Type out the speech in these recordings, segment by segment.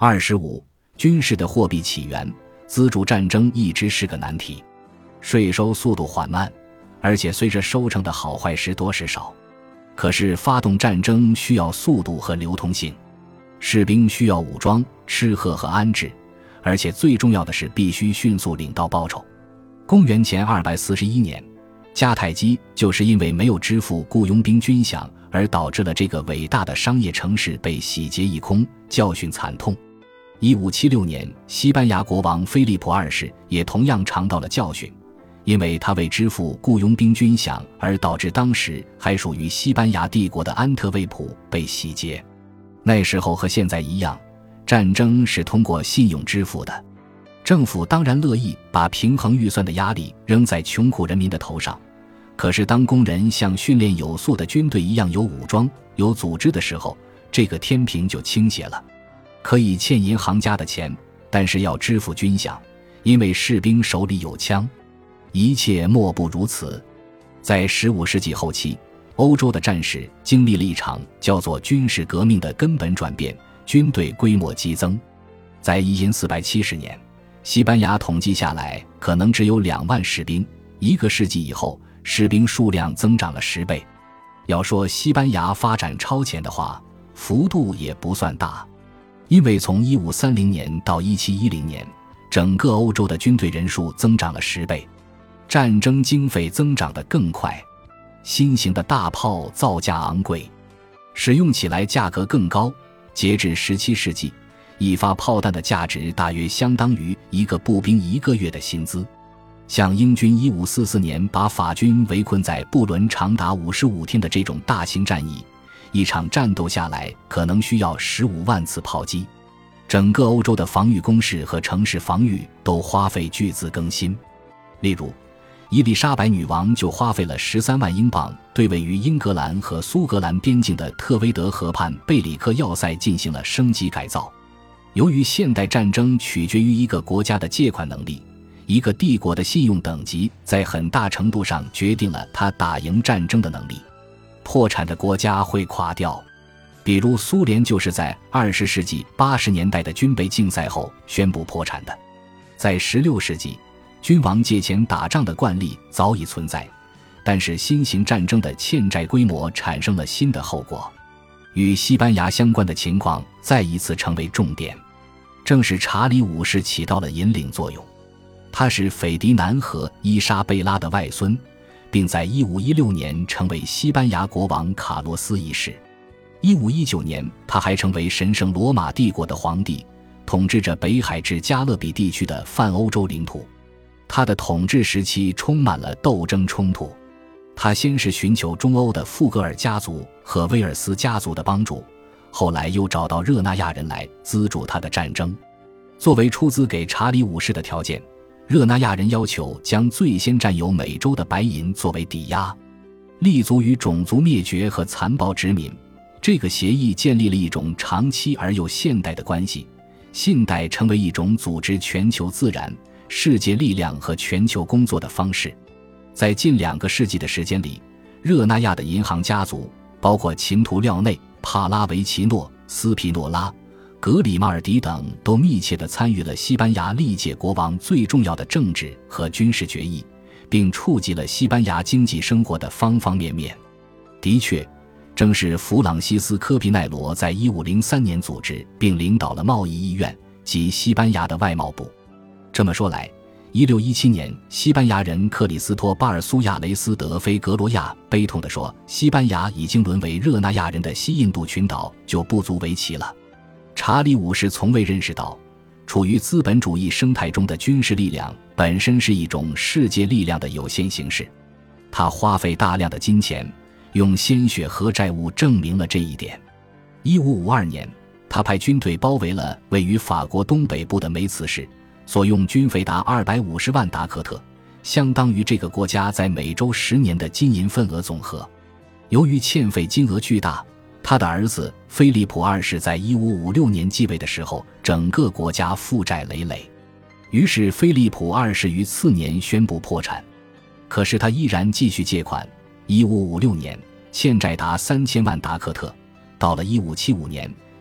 25军事的货币起源，资助战争一直是个难题。税收速度缓慢，而且随着收成的好坏时多时少。可是发动战争需要速度和流通性，士兵需要武装、吃喝和安置，而且最重要的是必须迅速领到报酬。公元前241年，迦太基就是因为没有支付雇佣兵军饷，而导致了这个伟大的商业城市被洗劫一空，教训惨痛。1576年，西班牙国王菲利普二世也同样尝到了教训，因为他未支付雇佣兵军饷，而导致当时还属于西班牙帝国的安特卫普被洗劫。那时候和现在一样，战争是通过信用支付的。政府当然乐意把平衡预算的压力扔在穷苦人民的头上，可是当工人像训练有素的军队一样有武装、有组织的时候，这个天平就倾斜了。可以欠银行家的钱，但是要支付军饷，因为士兵手里有枪。一切莫不如此。在15世纪后期，欧洲的战士经历了一场叫做军事革命的根本转变，军队规模激增。在一因470年，西班牙统计下来可能只有2万士兵，1个世纪以后，士兵数量增长了10倍。要说西班牙发展超前的话，幅度也不算大，因为从1530年到1710年，整个欧洲的军队人数增长了10倍。战争经费增长得更快，新型的大炮造价昂贵，使用起来价格更高。截至17世纪，一发炮弹的价值大约相当于一个步兵1个月的薪资。像英军1544年把法军围困在布伦长达55天的这种大型战役，一场战斗下来可能需要15万次炮击。整个欧洲的防御工事和城市防御都花费巨资更新。例如伊丽莎白女王就花费了13万英镑，对位于英格兰和苏格兰边境的特威德河畔贝里克要塞进行了升级改造。由于现代战争取决于一个国家的借款能力，一个帝国的信用等级在很大程度上决定了他打赢战争的能力。破产的国家会垮掉，比如苏联就是在20世纪80年代的军备竞赛后宣布破产的。在16世纪，君王借钱打仗的惯例早已存在，但是新型战争的欠债规模产生了新的后果。与西班牙相关的情况再一次成为重点，正是查理五世起到了引领作用。他是斐迪南和伊莎贝拉的外孙，并在1516年成为西班牙国王卡洛斯一世。1519年，他还成为神圣罗马帝国的皇帝，统治着北海至加勒比地区的泛欧洲领土。他的统治时期充满了斗争冲突，他先是寻求中欧的富格尔家族和威尔斯家族的帮助，后来又找到热那亚人来资助他的战争。作为出资给查理五世的条件，热那亚人要求将最先占有美洲的白银作为抵押，立足于种族灭绝和残暴殖民。这个协议建立了一种长期而又现代的关系，信贷成为一种组织全球自然、世界力量和全球工作的方式。在近2个世纪的时间里，热那亚的银行家族，包括秦图廖内、帕拉维奇诺、斯皮诺拉、格里马尔迪等，都密切地参与了西班牙历届国王最重要的政治和军事决议，并触及了西班牙经济生活的方方面面。的确，正是弗朗西斯科皮奈罗在1503年组织并领导了贸易议院及西班牙的外贸部。这么说来，1617年，西班牙人克里斯托巴尔苏亚雷斯德菲格罗亚悲痛地说，西班牙已经沦为热那亚人的西印度群岛，就不足为奇了。查理五世从未认识到，处于资本主义生态中的军事力量本身是一种世界力量的有限形式。他花费大量的金钱，用鲜血和债务证明了这一点。1552年，他派军队包围了位于法国东北部的梅茨市，所用军费达250万达克特，相当于这个国家在美洲10年的金银份额总和。由于欠费金额巨大，他的儿子菲利普二世在1556年继位的时候，整个国家负债累累。于是菲利普二世于次年宣布破产，可是他依然继续借款。1556年，欠债达3000万达克特，到了1575年，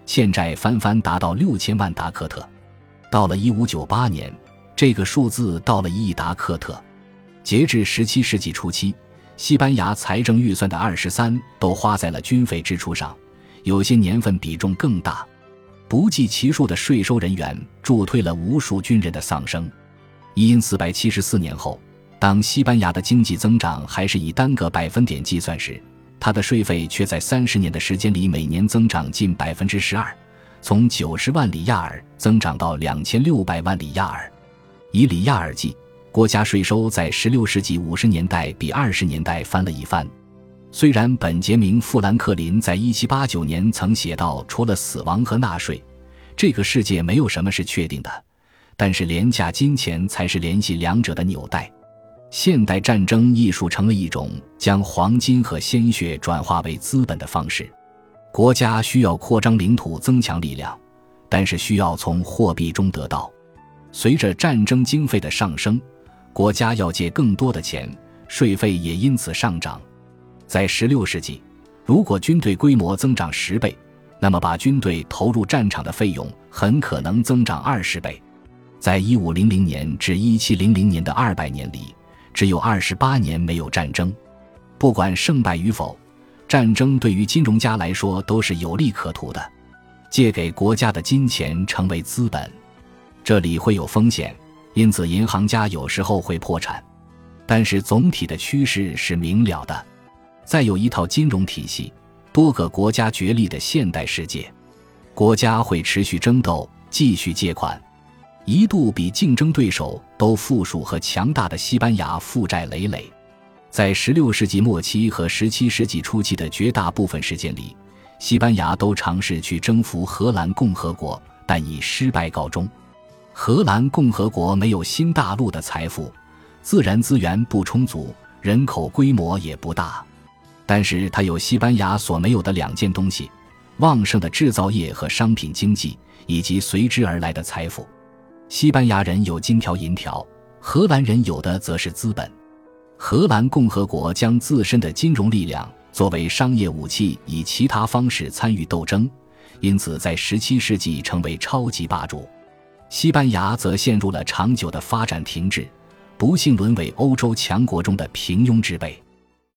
欠债翻达到6000万达克特。到了1598年，这个数字到了1亿达克特。截至17世纪初期，西班牙财政预算的23%都花在了军费支出上，有些年份比重更大。不计其数的税收人员助推了无数军人的丧生。因474年后，当西班牙的经济增长还是以单个百分点计算时，它的税费却在30年的时间里每年增长近 12%， 从90万里亚尔增长到2600万里亚尔。以里亚尔计，国家税收在16世纪50年代比20年代翻了一番。虽然本杰明·富兰克林在1789年曾写道，除了死亡和纳税，这个世界没有什么是确定的，但是廉价金钱才是联系两者的纽带。现代战争艺术成了一种将黄金和鲜血转化为资本的方式。国家需要扩张领土增强力量，但是需要从货币中得到。随着战争经费的上升，国家要借更多的钱，税费也因此上涨。在16世纪，如果军队规模增长10倍，那么把军队投入战场的费用很可能增长20倍。在1500年至1700年的200年里，只有28年没有战争。不管胜败与否，战争对于金融家来说都是有利可图的。借给国家的金钱成为资本，这里会有风险，因此银行家有时候会破产。但是总体的趋势是明了的。再有一套金融体系，多个国家角力的现代世界，国家会持续争斗，继续借款。一度比竞争对手都富庶和强大的西班牙负债累累。在16世纪末期和17世纪初期的绝大部分时间里，西班牙都尝试去征服荷兰共和国，但以失败告终。荷兰共和国没有新大陆的财富，自然资源不充足，人口规模也不大。但是它有西班牙所没有的2件东西：旺盛的制造业和商品经济，以及随之而来的财富。西班牙人有金条银条，荷兰人有的则是资本。荷兰共和国将自身的金融力量作为商业武器，以其他方式参与斗争，因此在17世纪成为超级霸主。西班牙则陷入了长久的发展停滞，不幸沦为欧洲强国中的平庸之辈。